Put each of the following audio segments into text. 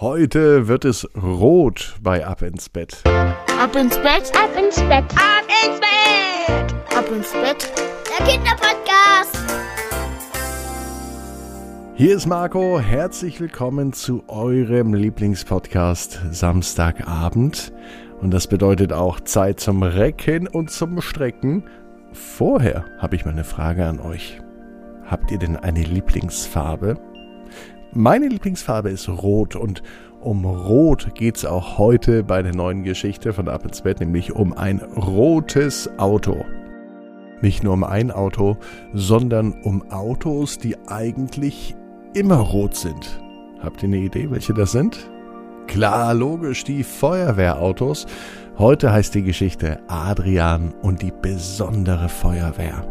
Heute wird es rot bei Ab ins Bett. Ab ins Bett, ab ins Bett, ab ins Bett, ab ins Bett, der Kinderpodcast. Hier ist Marco, herzlich willkommen zu eurem Lieblingspodcast Samstagabend. Und das bedeutet auch Zeit zum Recken und zum Strecken. Vorher habe ich mal eine Frage an euch. Habt ihr denn eine Lieblingsfarbe? Meine Lieblingsfarbe ist Rot und um Rot geht es auch heute bei der neuen Geschichte von Ab ins Bett, nämlich um ein rotes Auto. Nicht nur um ein Auto, sondern um Autos, die eigentlich immer rot sind. Habt ihr eine Idee, welche das sind? Klar, logisch, die Feuerwehrautos. Heute heißt die Geschichte Adrian und die besondere Feuerwehr.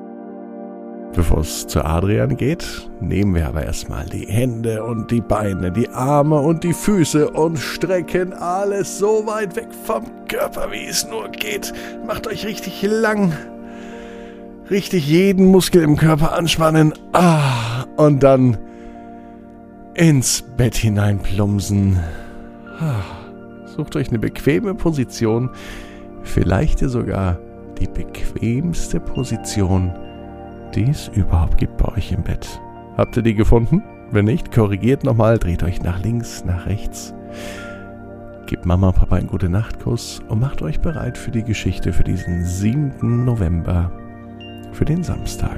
Bevor es zu Adrian geht, nehmen wir aber erstmal die Hände und die Beine, die Arme und die Füße und strecken alles so weit weg vom Körper, wie es nur geht. Macht euch richtig lang, richtig jeden Muskel im Körper anspannen. Und dann ins Bett hinein plumpsen. Sucht euch eine bequeme Position, vielleicht sogar die bequemste Position, die es überhaupt gibt bei euch im Bett. Habt ihr die gefunden? Wenn nicht, korrigiert nochmal, dreht euch nach links, nach rechts. Gebt Mama und Papa einen Gute-Nacht-Kuss und macht euch bereit für die Geschichte für diesen 7. November, für den Samstag.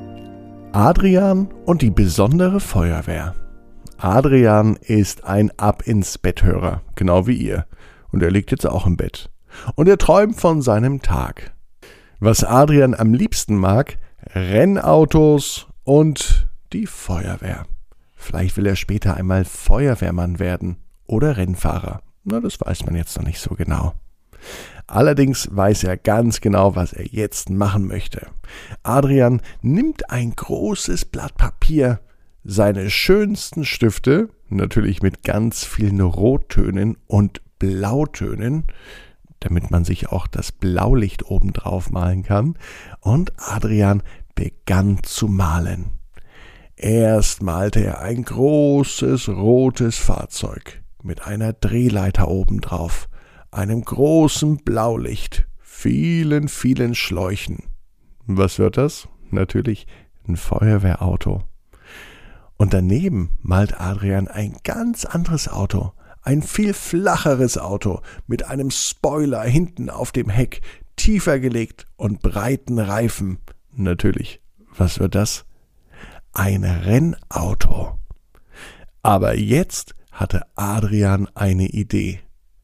Adrian und die besondere Feuerwehr. Adrian ist ein Ab-ins-Bett-Hörer, genau wie ihr. Und er liegt jetzt auch im Bett. Und er träumt von seinem Tag. Was Adrian am liebsten mag: Rennautos und die Feuerwehr. Vielleicht will er später einmal Feuerwehrmann werden oder Rennfahrer. Na, das weiß man jetzt noch nicht so genau. Allerdings weiß er ganz genau, was er jetzt machen möchte. Adrian nimmt ein großes Blatt Papier, seine schönsten Stifte, natürlich mit ganz vielen Rottönen und Blautönen, damit man sich auch das Blaulicht oben drauf malen kann. Und Adrian begann zu malen. Erst malte er ein großes rotes Fahrzeug mit einer Drehleiter oben drauf, einem großen Blaulicht, vielen, vielen Schläuchen. Was wird das? Natürlich ein Feuerwehrauto. Und daneben malt Adrian ein ganz anderes Auto. Ein viel flacheres Auto mit einem Spoiler hinten auf dem Heck, tiefer gelegt und breiten Reifen. Natürlich, was wird das? Ein Rennauto. Aber jetzt hatte Adrian eine Idee.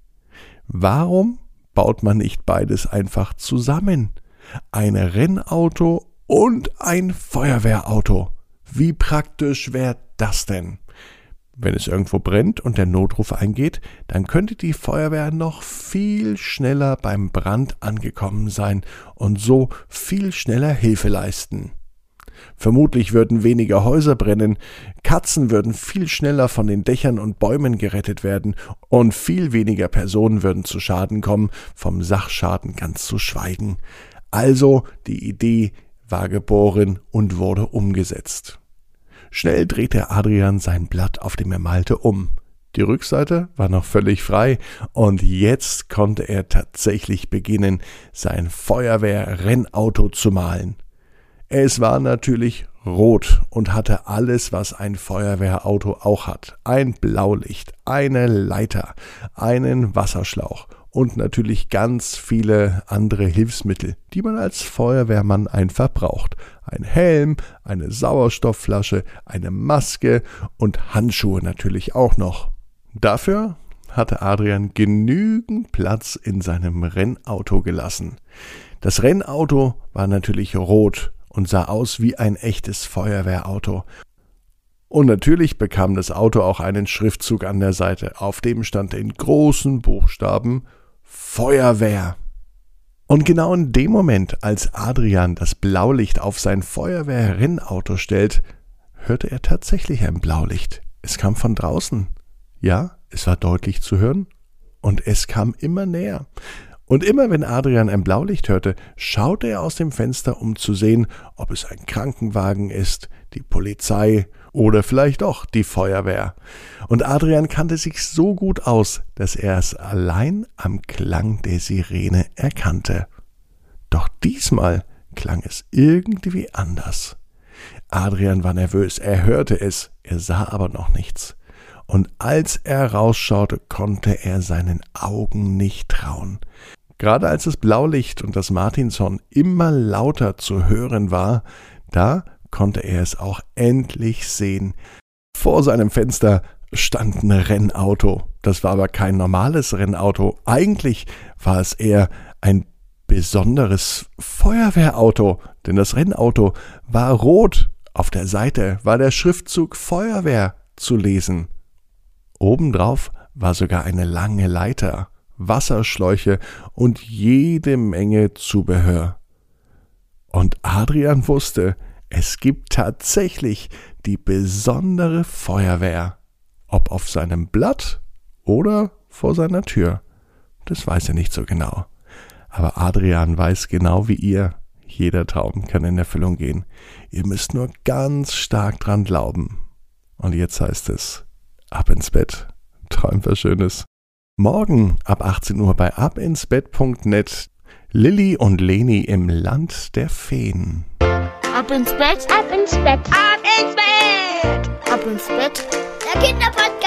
Warum baut man nicht beides einfach zusammen? Ein Rennauto und ein Feuerwehrauto. Wie praktisch wäre das denn? Wenn es irgendwo brennt und der Notruf eingeht, dann könnte die Feuerwehr noch viel schneller beim Brand angekommen sein und so viel schneller Hilfe leisten. Vermutlich würden weniger Häuser brennen, Katzen würden viel schneller von den Dächern und Bäumen gerettet werden und viel weniger Personen würden zu Schaden kommen, vom Sachschaden ganz zu schweigen. Also die Idee war geboren und wurde umgesetzt. Schnell drehte Adrian sein Blatt, auf dem er malte, um. Die Rückseite war noch völlig frei und jetzt konnte er tatsächlich beginnen, sein Feuerwehr-Rennauto zu malen. Es war natürlich rot und hatte alles, was ein Feuerwehrauto auch hat. Ein Blaulicht, eine Leiter, einen Wasserschlauch und natürlich ganz viele andere Hilfsmittel, die man als Feuerwehrmann einfach braucht. Ein Helm, eine Sauerstoffflasche, eine Maske und Handschuhe natürlich auch noch. Dafür hatte Adrian genügend Platz in seinem Rennauto gelassen. Das Rennauto war natürlich rot und sah aus wie ein echtes Feuerwehrauto. Und natürlich bekam das Auto auch einen Schriftzug an der Seite, auf dem stand in großen Buchstaben Feuerwehr. Und genau in dem Moment, als Adrian das Blaulicht auf sein Feuerwehr-Rennauto stellt, hörte er tatsächlich ein Blaulicht. Es kam von draußen. Ja, es war deutlich zu hören und es kam immer näher. Und immer wenn Adrian ein Blaulicht hörte, schaute er aus dem Fenster, um zu sehen, ob es ein Krankenwagen ist, die Polizei Oder vielleicht doch die Feuerwehr. Und Adrian kannte sich so gut aus, dass er es allein am Klang der Sirene erkannte. Doch diesmal klang es irgendwie anders. Adrian war nervös, er hörte es, er sah aber noch nichts. Und als er rausschaute, konnte er seinen Augen nicht trauen. Gerade als das Blaulicht und das Martinshorn immer lauter zu hören war, da konnte er es auch endlich sehen. Vor seinem Fenster stand ein Rennauto. Das war aber kein normales Rennauto. Eigentlich war es eher ein besonderes Feuerwehrauto, denn das Rennauto war rot. Auf der Seite war der Schriftzug Feuerwehr zu lesen. Obendrauf war sogar eine lange Leiter, Wasserschläuche und jede Menge Zubehör. Und Adrian wusste, es gibt tatsächlich die besondere Feuerwehr. Ob auf seinem Blatt oder vor seiner Tür, das weiß er nicht so genau. Aber Adrian weiß genau wie ihr, jeder Traum kann in Erfüllung gehen. Ihr müsst nur ganz stark dran glauben. Und jetzt heißt es, ab ins Bett, träumt was Schönes. Morgen ab 18 Uhr bei abinsbett.net, Lilli und Leni im Land der Feen. Ab ins Bett, ab ins Bett, ab ins Bett, ab ins Bett, der Kinderpodcast.